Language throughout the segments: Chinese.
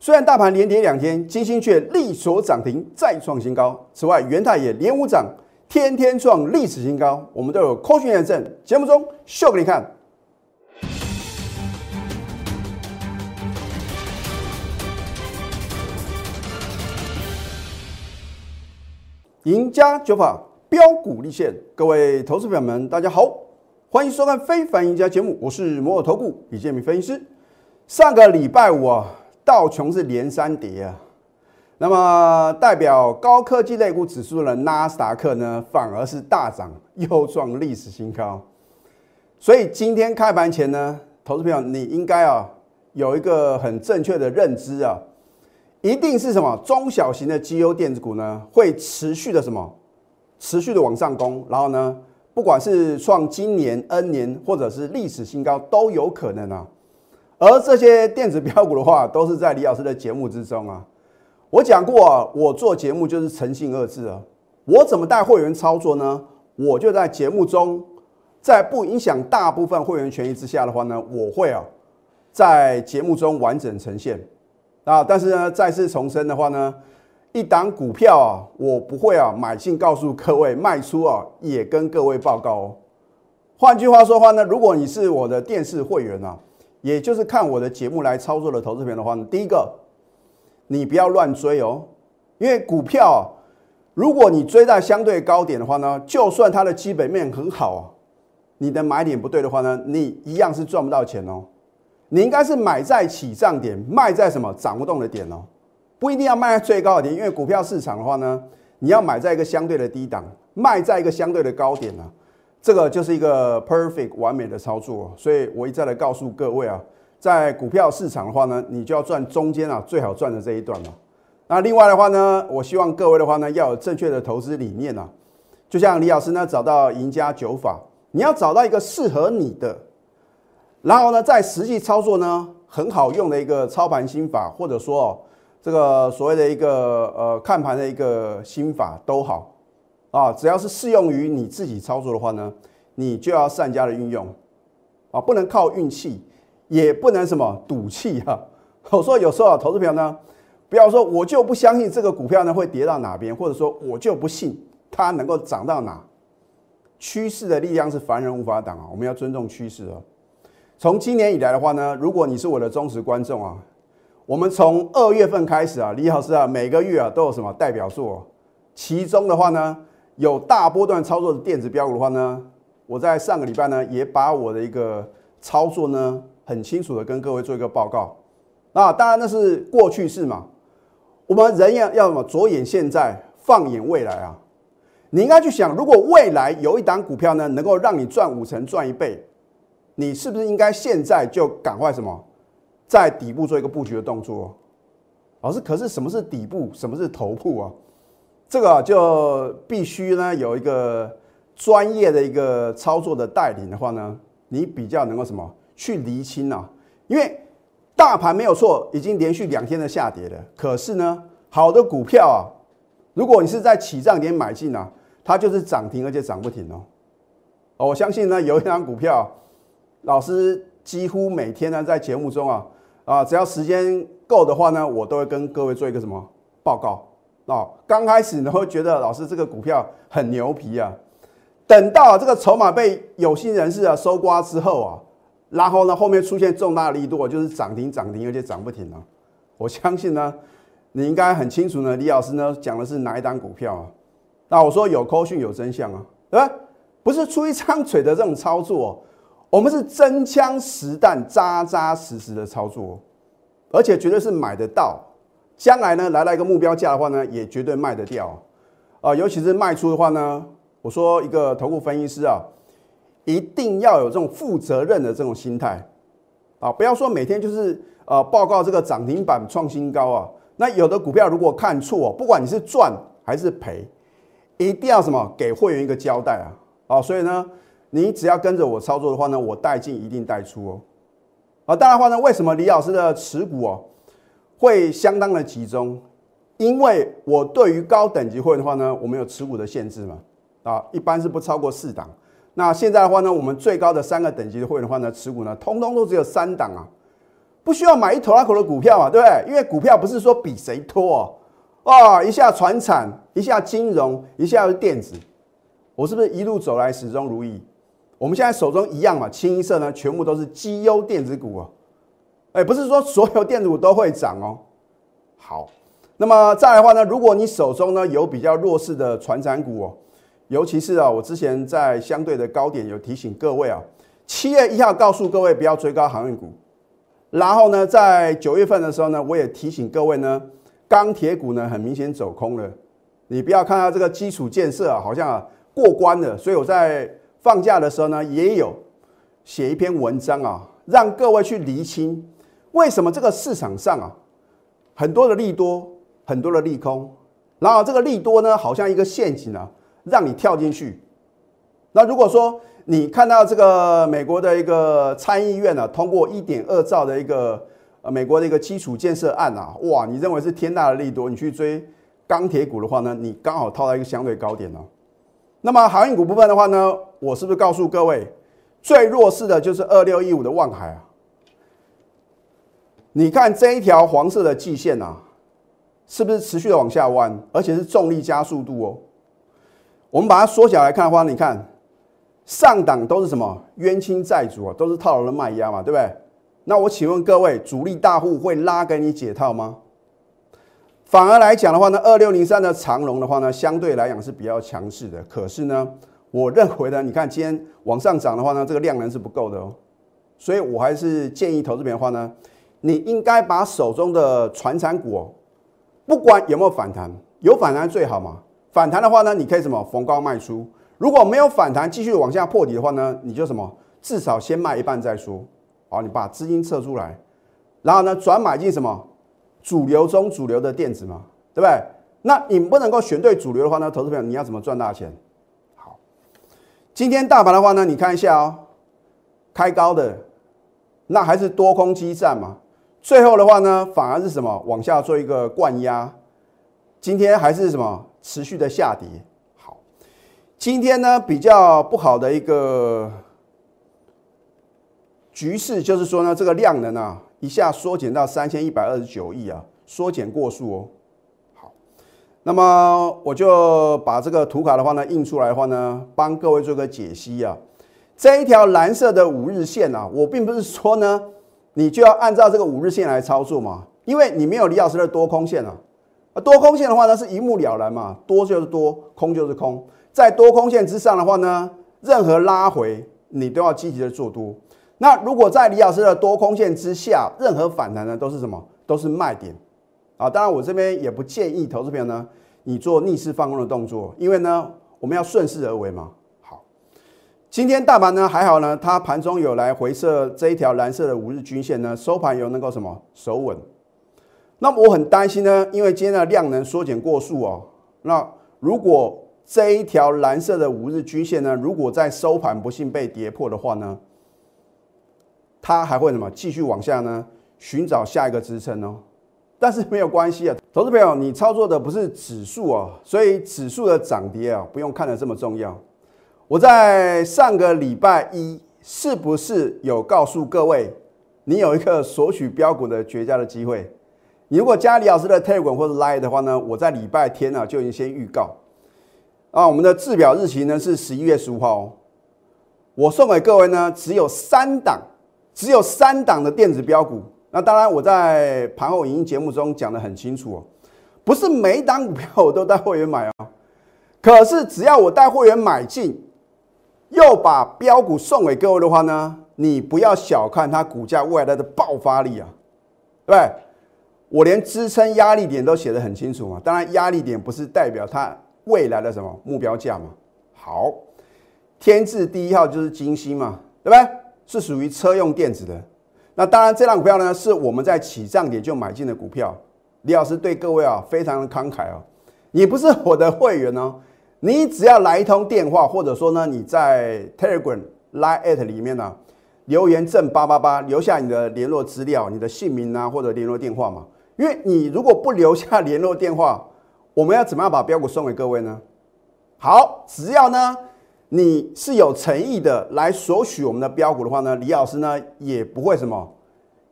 虽然大盘连跌2天，金星却力所涨停，再创新高。此外，元泰也连五涨，天天创历史新高。我们都有扣讯验证，节目中秀给你看。赢家九法标股立现，各位投资朋友们，大家好，欢迎收看《非凡赢家》节目，我是摩尔投顾李建民分析师。上个礼拜五啊，道琼是连三跌啊，那么代表高科技类股指数的纳斯达克呢，反而是大涨，又创历史新高。所以今天开盘前呢，投资朋友你应该有一个很正确的认知啊。一定是什么中小型的绩优电子股呢，会持续的往上攻，然后呢，不管是创今年 N 年或者是历史新高都有可能啊。而这些电子标股的话，都是在李老师的节目之中啊。我讲过啊，我做节目就是诚信二字啊。我怎么带会员操作呢？我就在节目中，在不影响大部分会员权益之下的话呢，我会在节目中完整呈现。但是呢，再次重申的话呢，一档股票我不会买进告诉各位，卖出也跟各位报告哦。换句话说的话呢，如果你是我的电视会员也就是看我的节目来操作的投资朋友的话呢，第一个，你不要乱追哦，因为股票如果你追在相对高点的话呢，就算它的基本面很好你的买点不对的话呢，你一样是赚不到钱哦。你应该是买在起涨点，卖在什么涨不动的点哦，不一定要卖在最高的点，因为股票市场的话呢，你要买在一个相对的低档，卖在一个相对的高点这个就是一个 perfect 完美的操作。所以我一再的告诉各位在股票市场的话呢，你就要赚中间最好赚的这一段那另外的话呢，我希望各位的话呢，要有正确的投资理念就像李老师呢找到赢家九法，你要找到一个适合你的。然后呢，在实际操作呢，很好用的一个操盘心法，或者说这个所谓的一个看盘的一个心法都好只要是适用于你自己操作的话呢，你就要善加的运用不能靠运气，也不能什么赌气我说有时候投资朋友呢，不要说我就不相信这个股票呢会跌到哪边，或者说我就不信它能够涨到哪。趋势的力量是凡人无法挡我们要尊重趋势从今年以来的话呢，如果你是我的忠实观众我们从2月份开始李老师每个月都有什么代表作，其中的话呢，有大波段操作的电子标股的话呢，我在上个礼拜呢也把我的一个操作呢很清楚的跟各位做一个报告。那当然那是过去式嘛，我们人要什么着眼现在，放眼未来你应该去想，如果未来有一档股票呢能够让你赚5成赚1倍。你是不是应该现在就赶快什么，在底部做一个布局的动作？老师，可是什么是底部，什么是头部这个就必须呢有一个专业的一个操作的带领的话呢，你比较能够什么去厘清因为大盘没有错，已经连续2天的下跌了。可是呢，好的股票如果你是在起涨点买进它就是涨停，而且涨不停我相信呢，有一档股票。老师几乎每天呢在节目中只要时间够的话呢，我都会跟各位做一个什么报告刚开始你会觉得老师这个股票很牛皮等到这个筹码被有心人士收刮之后然后呢后面出现重大力度就是涨停，而且涨不停我相信呢，你应该很清楚呢，李老师呢讲的是哪一档股票那我说有扣讯有真相对吧？不是出一张嘴的这种操作我们是真枪实弹、扎扎实实的操作，而且绝对是买得到。将来呢，来到一个目标价的话呢，也绝对卖得掉尤其是卖出的话呢，我说一个投顾分析师一定要有这种负责任的这种心态不要说每天就是报告这个涨停板创新高那有的股票如果看错不管你是赚还是赔，一定要什么给会员一个交代所以呢。你只要跟着我操作的话呢，我带进一定带出当然的话呢，为什么李老师的持股会相当的集中？因为我对于高等级会员的话呢，我们有持股的限制嘛一般是不超过4档。那现在的话呢，我们最高的3个等级的会员的话呢，持股呢，通通都只有3档不需要买一头拉口的股票嘛，对不对？因为股票不是说比谁多一下传产，一下金融，一下是电子，我是不是一路走来始终如一？我们现在手中一样嘛，清一色呢，全部都是绩优电子股不是说所有电子股都会涨好，那么再来的话呢，如果你手中呢有比较弱势的传产股尤其是我之前在相对的高点有提醒各位7月1号告诉各位不要追高航运股，然后呢，在9月份的时候呢，我也提醒各位呢，钢铁股呢很明显走空了，你不要看到这个基础建设好像过关了，所以我在放假的时候呢，也有写一篇文章让各位去厘清为什么这个市场上很多的利多，很多的利空，然后这个利多呢，好像一个陷阱让你跳进去。那如果说你看到这个美国的一个参议院通过1.2兆的一个美国的一个基础建设案哇，你认为是天大的利多，你去追钢铁股的话呢，你刚好套到一个相对高点那么航运股部分的话呢，我是不是告诉各位，最弱势的就是2615的万海你看这一条黄色的季线是不是持续的往下弯，而且是重力加速度我们把它缩小来看的话，你看上档都是什么冤亲债主都是套牢的卖压嘛，对不对？那我请问各位，主力大户会拉给你解套吗？反而来讲的话呢，2603的长荣的话呢，相对来讲是比较强势的。可是呢，我认为呢，你看今天往上涨的话呢，这个量能是不够的所以我还是建议投资者的话呢，你应该把手中的传产股不管有没有反弹，有反弹最好嘛。反弹的话呢，你可以什么逢高卖出。如果没有反弹，继续往下破底的话呢，你就什么至少先卖一半再说。你把资金撤出来，然后呢转买进什么主流中主流的电子嘛，对不对？那你不能够选对主流的话呢，投资朋友你要怎么赚大钱？好，今天大盘的话呢，你看一下开高的那还是多空激战嘛，最后的话呢，反而是什么往下做一个灌压，今天还是什么持续的下跌。好，今天呢比较不好的一个局势就是说呢，这个量能一下缩减到3129亿缩减过数好，那么我就把这个图卡的话呢印出来的话呢，帮各位做个解析这一条蓝色的5日线我并不是说呢你就要按照这个5日线来操作嘛，因为你没有李老师的多空线多空线的话呢是一目了然嘛，多就是多，空就是空，在多空线之上的话呢，任何拉回你都要积极的做多。那如果在李老师的多空线之下，任何反弹呢都是什么？都是卖点当然我这边也不建议投资朋友呢你做逆势放空的动作，因为呢我们要顺势而为嘛。好，今天大盘呢还好呢，它盘中有来回测这一条蓝色的5日均线呢，收盘有能够什么守稳。那么我很担心呢，因为今天的量能缩减过数那如果这一条蓝色的5日均线呢，如果在收盘不幸被跌破的话呢，它还会什么继续往下呢寻找下一个支撑但是没有关系投资朋友，你操作的不是指数所以指数的涨跌不用看得这么重要。我在上个礼拜一是不是有告诉各位，你有一个索取标股的绝佳的机会？你如果加李老师的 Telegram 或者 Line 的话呢，我在礼拜天就已经先预告我们的制表日期呢是11月15号我送给各位呢只有3档的电子标股。那当然我在盘后影音节目中讲得很清楚不是每一档股票我都带会员买可是只要我带会员买进，又把标股送给各位的话呢，你不要小看它股价未来的爆发力对不对？我连支撑压力点都写得很清楚嘛，当然压力点不是代表它未来的什么目标价嘛。好，天字第1号就是金星嘛，对不对？是属于车用电子的。那当然这档股票呢是我们在起涨点就买进的股票。李老师对各位非常的慷慨你不是我的会员你只要来一通电话，或者说呢你在 Telegram、Line@ 里面留言正888，留下你的联络资料，你的姓名或者联络电话嘛。因为你如果不留下联络电话，我们要怎么样把标股送给各位呢？好，只要呢你是有诚意的来索取我们的标股的话呢，李老师呢也不会什么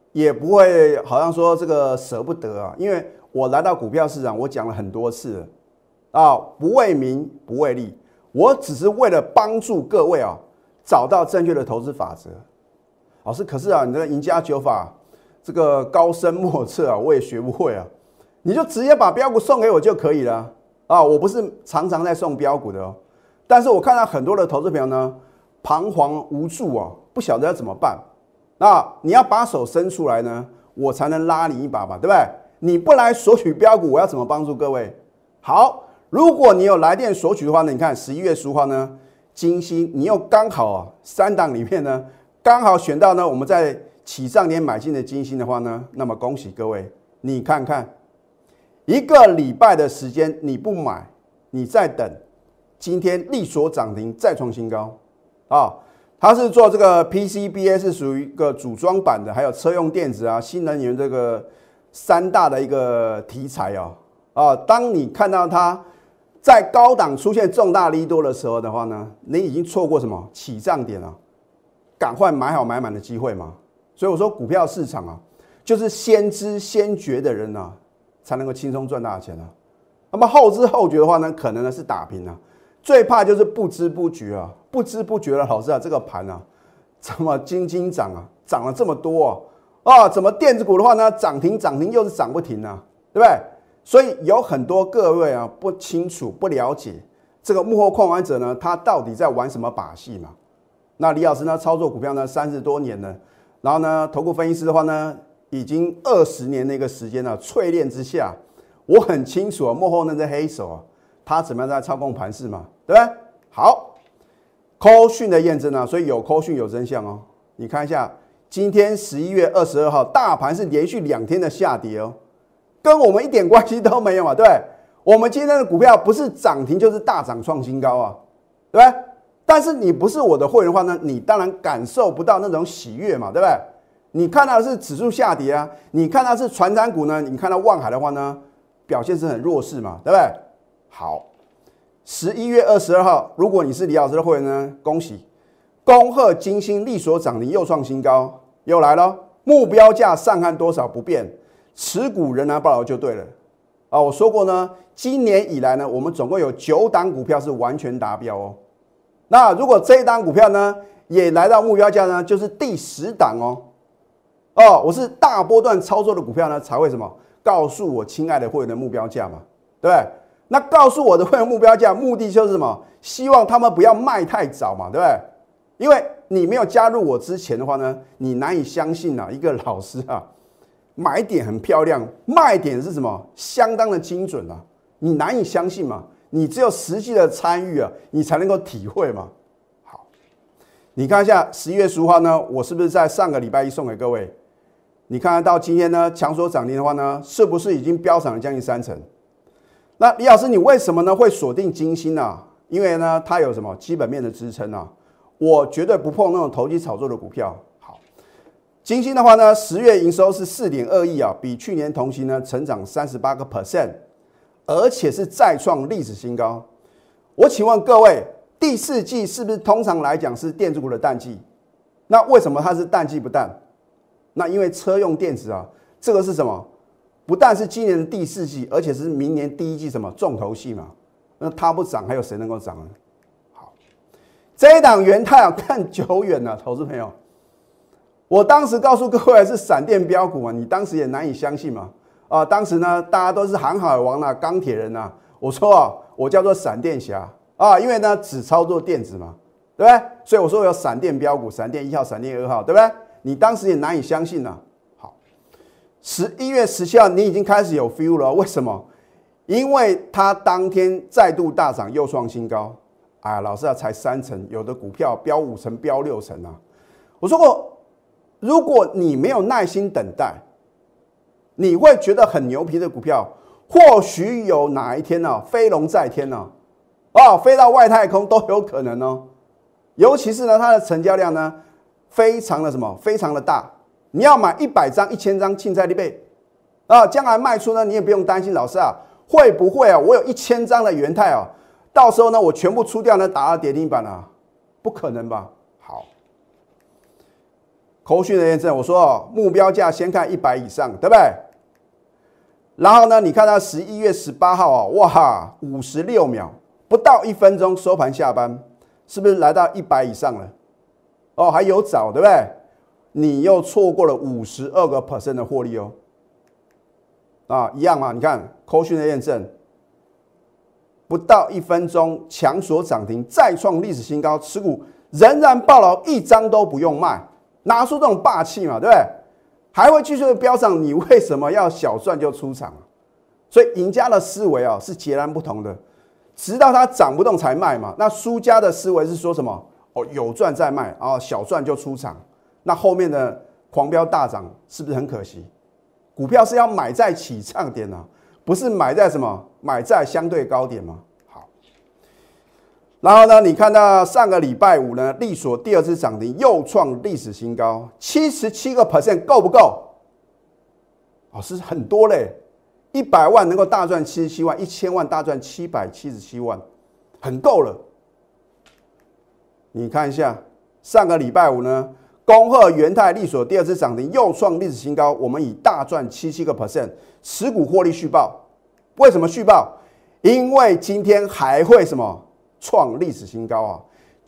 也不会好像说这个舍不得啊，因为我来到股票市场，我讲了很多次了啊，不为名不为利，我只是为了帮助各位啊找到正确的投资法则。老师，可是啊，你这个赢家九法这个高深莫测啊，我也学不会啊，你就直接把标股送给我就可以了啊，我不是常常在送标股的哦，但是我看到很多的投资朋友呢彷徨无助啊，不晓得要怎么办。那你要把手伸出来呢，我才能拉你一把嘛，对不对？你不来索取标股，我要怎么帮助各位？好，如果你有来电索取的话呢，你看11月15号呢，金星你又刚好啊3档里面呢，刚好选到呢我们在起涨点买进的金星的话呢，那么恭喜各位，你看看1个礼拜的时间你不买，你再等，今天力所涨停再创新高啊！它是做这个 PCBA 是属于一个组装版的，还有车用电子啊、新能源这个3大的一个题材啊。当你看到它在高档出现重大利多的时候的话呢，你已经错过什么起涨点了，赶快买好买满的机会嘛。所以我说股票市场啊，就是先知先觉的人啊，才能够轻松赚大钱啊。那么后知后觉的话呢，可能呢是打平啊。最怕就是不知不觉啊，不知不觉的老师啊，这个盘啊，怎么斤斤涨啊，涨了这么多啊，怎么电子股的话呢，涨停又是涨不停啊，对不对？所以有很多各位啊不清楚不了解这个幕后控盘者呢，他到底在玩什么把戏嘛？那李老师呢，操作股票呢30多年了，然后呢，投顾分析师的话呢，已经20年的一个时间了，淬炼之下，我很清楚啊，幕后那只黑手啊。他怎么样在操控盘势嘛，对不对？好，扣讯的验证啊，所以有扣讯有真相哦。你看一下，今天11月22号，大盘是连续2天的下跌哦，跟我们一点关系都没有嘛，对不对？我们今天的股票不是涨停就是大涨创新高啊，对不对？但是你不是我的会员的话呢，你当然感受不到那种喜悦嘛，对不对？你看到的是指数下跌啊，你看到是传产股呢，你看到万海的话呢，表现是很弱势嘛，对不对？好，11月22号，如果你是李老师的会员呢，恭喜，恭贺金星力所涨停又创新高，又来了，目标价上看多少不变，持股仍然抱牢就对了啊！我说过呢，今年以来呢，我们总共有9档股票是完全达标哦。那如果这一档股票呢，也来到目标价呢，就是第10档哦。我是大波段操作的股票呢，才会什么告诉我亲爱的会员的目标价嘛，对不对？那告诉我的会员目标价，目的就是什么？希望他们不要卖太早嘛，对不对？因为你没有加入我之前的话呢，你难以相信啊，一个老师啊，买点很漂亮，卖点是什么？相当的精准啊，你难以相信嘛？你只有实际的参与啊，你才能够体会嘛。好，你看一下11月15号呢，我是不是在上个礼拜一送给各位？你看到今天呢，强所涨停的话呢，是不是已经飙涨了将近30%？那李老师，你为什么呢会锁定金星啊？因为呢，它有什么基本面的支撑啊？我绝对不碰那种投机炒作的股票。好，金星的话呢，10月营收是4.2亿啊，比去年同期呢成长38%，而且是再创历史新高。我请问各位，第4季是不是通常来讲是电子股的淡季？那为什么它是淡季不淡？那因为车用电子啊，这个是什么？不但是今年的第4季，而且是明年第1季什么重头戏嘛？那它不涨，还有谁能够涨呢？好，这一档元太啊，看久远了，投资朋友，我当时告诉各位是闪电标股嘛，你当时也难以相信嘛。当时呢，大家都是航海王啊，钢铁人啊，我说啊，我叫做闪电侠啊，因为呢只操作电子嘛，对不对？所以我说有闪电标股，闪电1号、闪电2号，对不对？你当时也难以相信啊。11月17号，你已经开始有 feel 了，为什么？因为它当天再度大涨，又创新高。哎呀，老师啊，才3成，有的股票飙5成、飙6成啊。我说过，如果你没有耐心等待，你会觉得很牛皮的股票，或许有哪一天呢，飞龙在天呢，飞到外太空都有可能哦。尤其是呢，它的成交量呢，非常的什么？非常的大。你要买100张、1000张，青菜立倍将来卖出呢，你也不用担心，老师啊，会不会啊？我有1000张的元太到时候呢，我全部出掉呢，打到跌停板啊？不可能吧？好， 口讯的验证，我说哦，目标价先看100以上，对不对？然后呢，你看到11月18号啊，哇，56秒，不到1分钟收盘下班，是不是来到100以上了？哦，还有早，对不对？你又错过了52% 的获利哦。啊，一样嘛，你看口讯的验证，不到1分钟强锁涨停，再创历史新高，持股仍然抱牢，一张都不用卖，拿出这种霸气嘛，对不对？还会继续的飙涨，你为什么要小赚就出场？所以赢家的思维啊是截然不同的，直到它涨不动才卖嘛。那输家的思维是说什么？哦，有赚再卖啊，小赚就出场。那后面的狂飙大涨是不是很可惜？股票是要买在起涨点啊，不是买在什么？买在相对高点吗？好，然后呢，你看到上个礼拜五呢，力所第二次涨停又创历史新高，77%够不够？哦，是很多嘞，100万能够大赚77万，1000万大赚777万，很够了。你看一下上个礼拜五呢，恭贺元泰、力所第二次涨停又创历史新高，我们以大赚77%，持股获利续报。为什么续报？因为今天还会什么创历史新高啊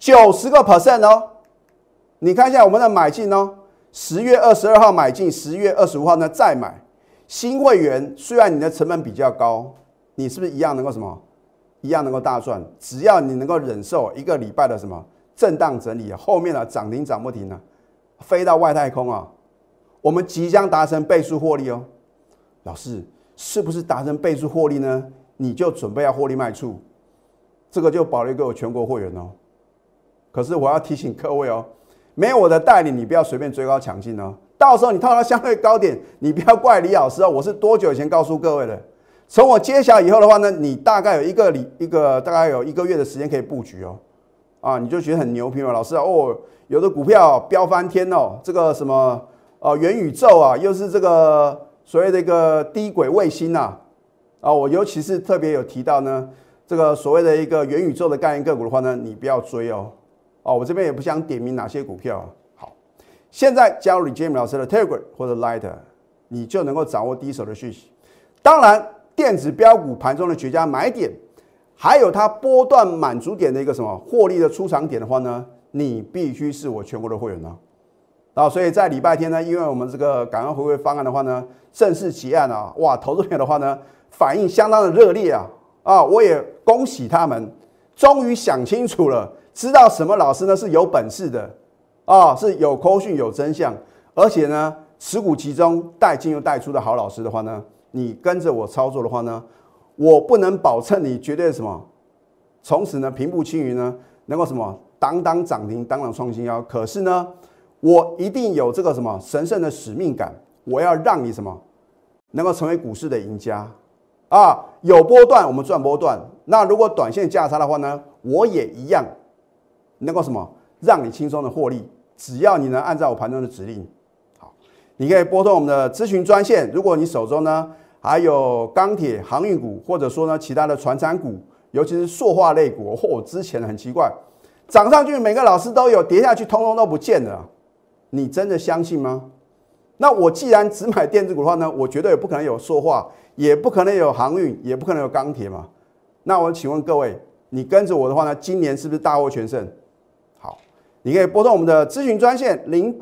，90% 哦。你看一下我们的买进哦，10月22号买进，10月25号呢再买。新会员虽然你的成本比较高，你是不是一样能够什么？一样能够大赚？只要你能够忍受1个礼拜的什么震荡整理啊，后面的涨停涨不停啊，飞到外太空啊，我们即将达成倍数获利哦。老师，是不是达成倍数获利呢？你就准备要获利卖出，这个就保留给我全国会员哦。可是我要提醒各位哦，没有我的带领，你不要随便追高抢进哦。到时候你套到相对高点，你不要怪李老师哦。我是多久以前告诉各位的？从我揭晓以后的话呢，你大概有大概有1个月的时间可以布局哦。啊，你就觉得很牛皮嘛，老师啊，哦，有的股票飙翻天哦，这个什么元宇宙啊，又是这个所谓的一个低轨卫星啊，我尤其是特别有提到呢，这个所谓的一个元宇宙的概念个股的话呢，你不要追哦。我这边也不想点名哪些股票。好，现在加入李建明老师的 Telegram 或者 Light， 你就能够掌握第一手的讯息。当然，电子标股盘中的绝佳买点，还有它波段满足点的一个什么获利的出场点的话呢，你必须是我全国的会员哦。所以在礼拜天呢，因为我们这个感恩回馈方案的话呢，正式结案啊，哇，投资朋友的话呢，反应相当的热烈啊，我也恭喜他们，终于想清楚了，知道什么老师呢是有本事的是有扣讯有真相，而且呢持股集中带进又带出的好老师的话呢，你跟着我操作的话呢，我不能保证你绝对什么，从此呢平步青云呢能够什么当当涨停，当当创新高。可是呢，我一定有这个什么神圣的使命感，我要让你什么能够成为股市的赢家有波段我们赚波段，那如果短线价差的话呢，我也一样能够什么让你轻松的获利，只要你能按照我盘中的指令。好，你可以拨通我们的咨询专线，如果你手中呢还有钢铁、航运股，或者说呢其他的传产股，尤其是塑化类股，之前很奇怪，涨上去每个老师都有，跌下去通通都不见了，你真的相信吗？那我既然只买电子股的话呢，我绝对也不可能有塑化，也不可能有航运，也不可能有钢铁嘛。那我请问各位，你跟着我的话呢，今年是不是大获全胜？好，你可以拨通我们的咨询专线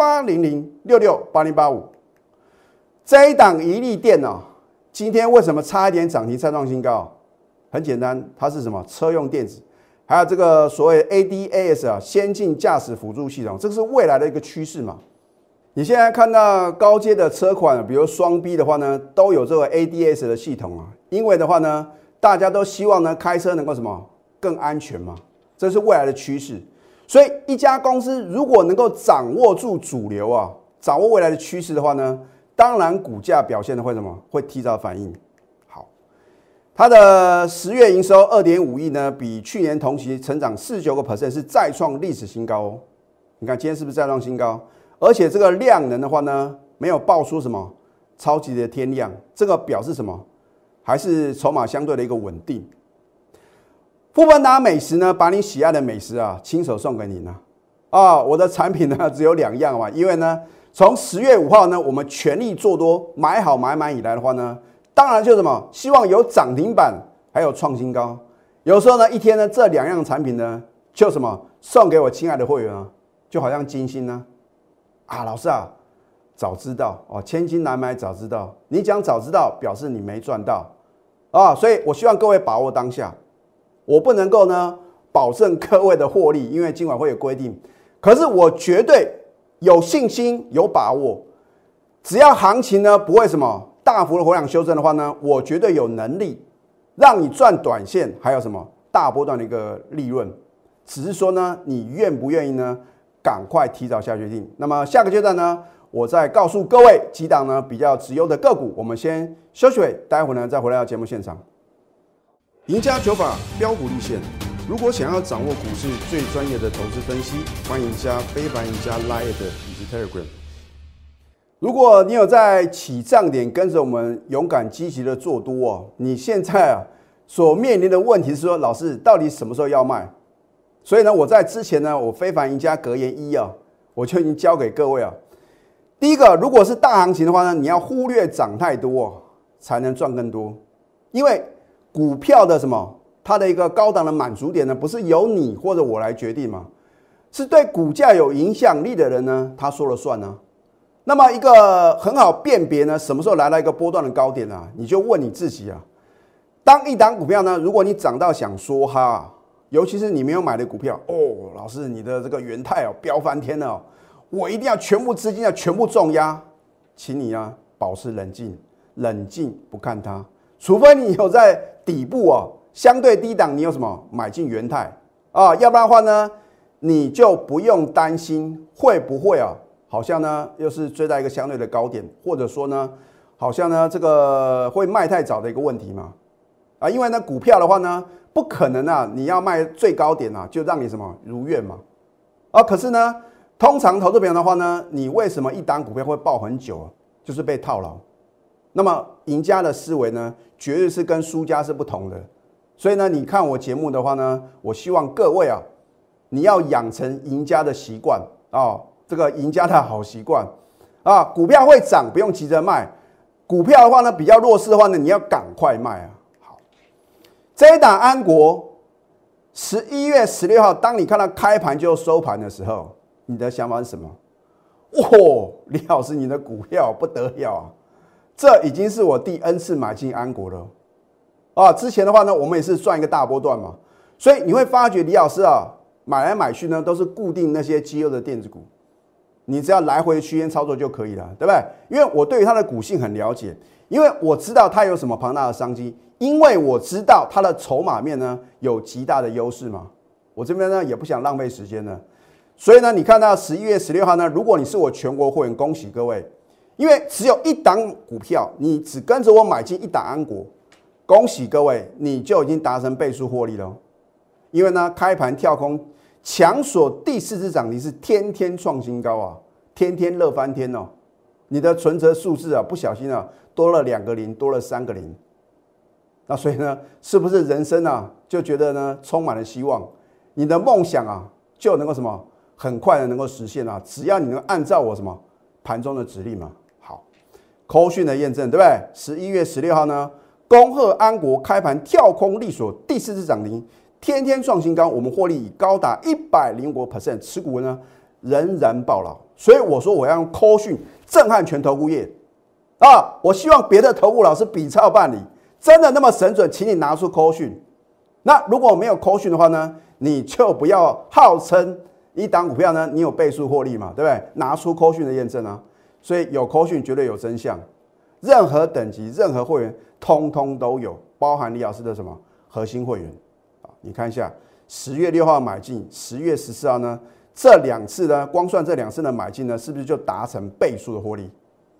0800668085。这一档一利电今天为什么差一点涨停再创新高？很简单，它是什么？车用电子，还有这个所谓 ADAS 先进驾驶辅助系统，这个是未来的一个趋势嘛。你现在看到高阶的车款，比如双 B 的话呢，都有这个 ADAS 的系统因为的话呢，大家都希望呢开车能够什么更安全嘛，这是未来的趋势。所以一家公司如果能够掌握住主流掌握未来的趋势的话呢，当然股价表现的会什么？会提早反应。好，它的10月营收 2.5 亿呢，比去年同期成长 49%， 是再创历史新高你看今天是不是再创新高？而且这个量能的话呢，没有爆出什么超级的天量，这个表示什么？还是筹码相对的一个稳定。富邦达美食呢，把你喜爱的美食亲手送给你呢。我的产品呢只有2样嘛，因为呢从10月5号呢，我们全力做多，买好买满以来的话呢，当然就什么，希望有涨停板，还有创新高。有时候呢，一天呢，这2样产品呢，就什么送给我亲爱的会员啊，就好像金星呢，老师啊，早知道哦，千金难买早知道。你讲早知道，表示你没赚到啊，所以我希望各位把握当下。我不能够呢保证各位的获利，因为今晚会有规定。可是我绝对有信心、有把握，只要行情呢不会什么大幅的回档修正的话呢，我绝对有能力让你赚短线，还有什么大波段的一个利润。只是说呢，你愿不愿意呢？赶快提早下决定。那么下个阶段呢，我再告诉各位几档呢比较直优的个股。我们先休息会，待会呢再回来到节目现场。赢家九法标股立线。如果想要掌握股市最专业的投资分析，欢迎加非凡、赢家 Line 以及 Telegram。如果你有在起涨点跟着我们勇敢积极的做多哦，你现在所面临的问题是说，老师到底什么时候要卖？所以呢，我在之前呢，我非凡赢家格言1我就已经教给各位第一个，如果是大行情的话呢，你要忽略涨太多才能赚更多，因为股票的什么？它的一个高档的满足点呢，不是由你或者我来决定嘛，是对股价有影响力的人呢，他说了算呢。那么一个很好辨别呢，什么时候来到一个波段的高点你就问你自己当一档股票呢，如果你涨到想说哈，尤其是你没有买的股票老师你的这个元泰飙翻天了我一定要全部资金要全部重压，请你保持冷静，冷静不看它，除非你有在底部相对低档，你有什么买进元泰要不然的话呢，你就不用担心会不会好像呢又是追在一个相对的高点，或者说呢，好像呢这个会卖太早的一个问题嘛因为呢股票的话呢，不可能你要卖最高点就让你什么如愿嘛可是呢，通常投资朋友的话呢，你为什么一档股票会抱很久就是被套牢。那么赢家的思维呢，绝对是跟输家是不同的。所以呢，你看我节目的话呢，我希望各位你要养成赢家的习惯这个赢家的好习惯股票会涨，不用急着卖。股票的话呢，比较弱势的话呢，你要赶快卖好，这一档安国，11月16号，当你看到开盘就收盘的时候，你的想法是什么？李老师，你的股票不得了这已经是我第 N 次买进安国了。之前的话呢，我们也是赚一个大波段嘛，所以你会发觉李老师买来买去呢，都是固定那些绩优的电子股，你只要来回区间操作就可以了，对不对？因为我对于它的股性很了解，因为我知道它有什么庞大的商机，因为我知道它的筹码面呢有极大的优势嘛。我这边呢也不想浪费时间了，所以呢，你看到11月16号呢，如果你是我全国会员，恭喜各位，因为只有一档股票，你只跟着我买进一档安国。恭喜各位，你就已经达成倍数获利了。因为呢，开盘跳空强锁第4只涨停，是天天创新高天天乐翻天你的存折数字不小心多了2个零，多了3个零。那所以呢，是不是人生就觉得呢充满了希望？你的梦想就能够什么很快的能够实现只要你能按照我什么盘中的指令嘛。好，扣讯的验证对不对？11月16号呢？恭贺安国开盘跳空力锁第4只涨停，天天创新高，我们获利已高达105%，持股呢仍然爆牢。所以我说我要用扣讯震撼全投顾业我希望别的投顾老师比照办理，真的那么神准，请你拿出扣讯。那如果没有扣讯的话呢，你就不要号称一档股票呢你有倍数获利嘛，对不对？拿出扣讯的验证所以有扣讯绝对有真相。任何等级、任何会员，通通都有，包含李老师的什么核心会员你看一下，10月6号买进，10月14号呢，这2次呢，光算这2次的买进呢，是不是就达成倍数的获利？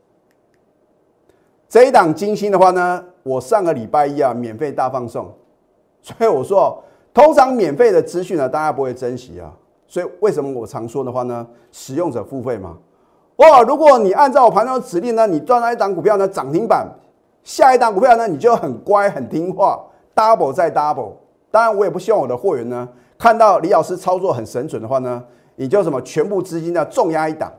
这一档金星的话呢，我上个礼拜一免费大放送，所以我说通常免费的资讯呢，大家不会珍惜所以为什么我常说的话呢，使用者付费嘛。如果你按照我盘中的指令呢，你赚到一档股票呢涨停板，下一档股票呢你就很乖很听话 ，double 再 double。当然，我也不希望我的会员呢看到李老师操作很神准的话呢，你就什么全部资金要重压一档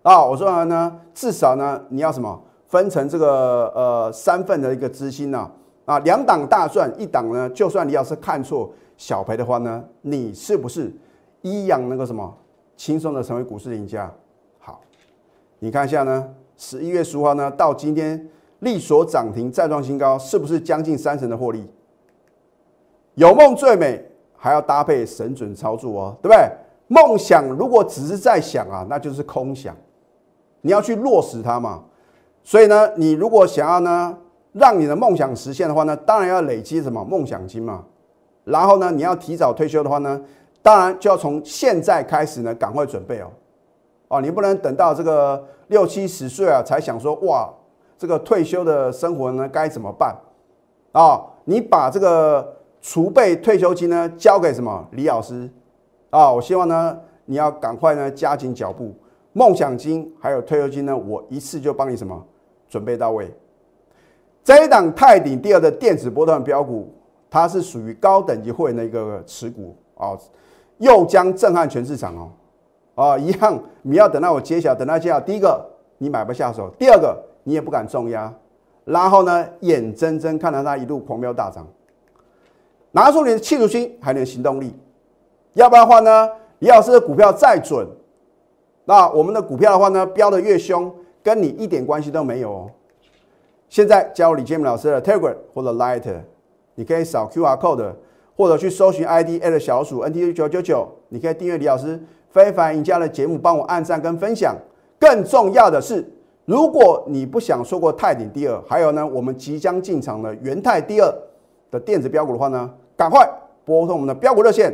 啊，我说呢，至少呢你要什么分成这个3份的一个资金呢啊，2档大赚，1档呢，就算你要是看错小赔的话呢，你是不是一样能够什么轻松的成为股市赢家？好，你看一下呢，11月15号呢到今天力所涨停再创新高，是不是将近30%的获利？有梦最美，还要搭配神准操作哦，对不对？梦想如果只是在想啊，那就是空想，你要去落实它嘛。所以呢，你如果想要呢，让你的梦想实现的话呢，当然要累积什么梦想金嘛。然后呢，你要提早退休的话呢，当然就要从现在开始呢，赶快准备哦。哦，你不能等到这个60、70岁啊，才想说哇，这个退休的生活呢该怎么办啊？你把这个储备退休金呢交给什么李老师啊？我希望呢，你要赶快呢加紧脚步，梦想金还有退休金呢，我一次就帮你什么准备到位。这一档泰鼎第2的电子波段标股，它是属于高等级会员的一个持股啊，又将震撼全市场哦。啊，一样，你要等到我揭晓，等到揭晓，第一个你买不下手，第二个你也不敢重压，然后呢，眼睁睁看到它一路狂飙大涨，拿出你的企图心，还有你的行动力，要不然的话呢，李老师的股票再准，那我们的股票的话呢，飙得越凶，跟你一点关系都没有哦。现在加入李建明老师的 Telegram 或者 Light， 你可以扫 QR Code， 或者去搜寻 ID @NTU999， 你可以订阅李老师非凡赢家的节目，帮我按赞跟分享。更重要的是，如果你不想错过泰鼎第2，还有呢，我们即将进场的元泰第2的电子标股的话呢，赶快拨通我们的标股热线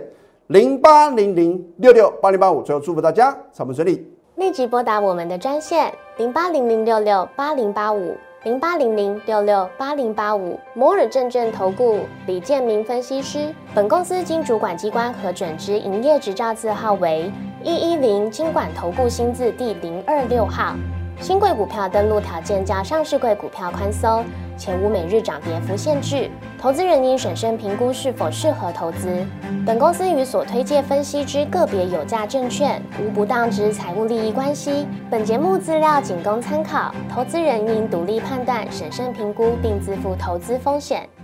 0800668085。最后祝福大家操盘顺利， 立即拨打我们的专线08006680850800668085。摩尔证券投顾李建明分析师。本公司经主管机关核准之营业执照字号为110金管投顾新字第026号。新贵股票登录条件较上市贵股票宽松，且无每日涨跌幅限制。投资人应审慎评估是否适合投资。本公司与所推介分析之个别有价证券无不当之财务利益关系。本节目资料仅供参考，投资人应独立判断、审慎评估，并自负投资风险。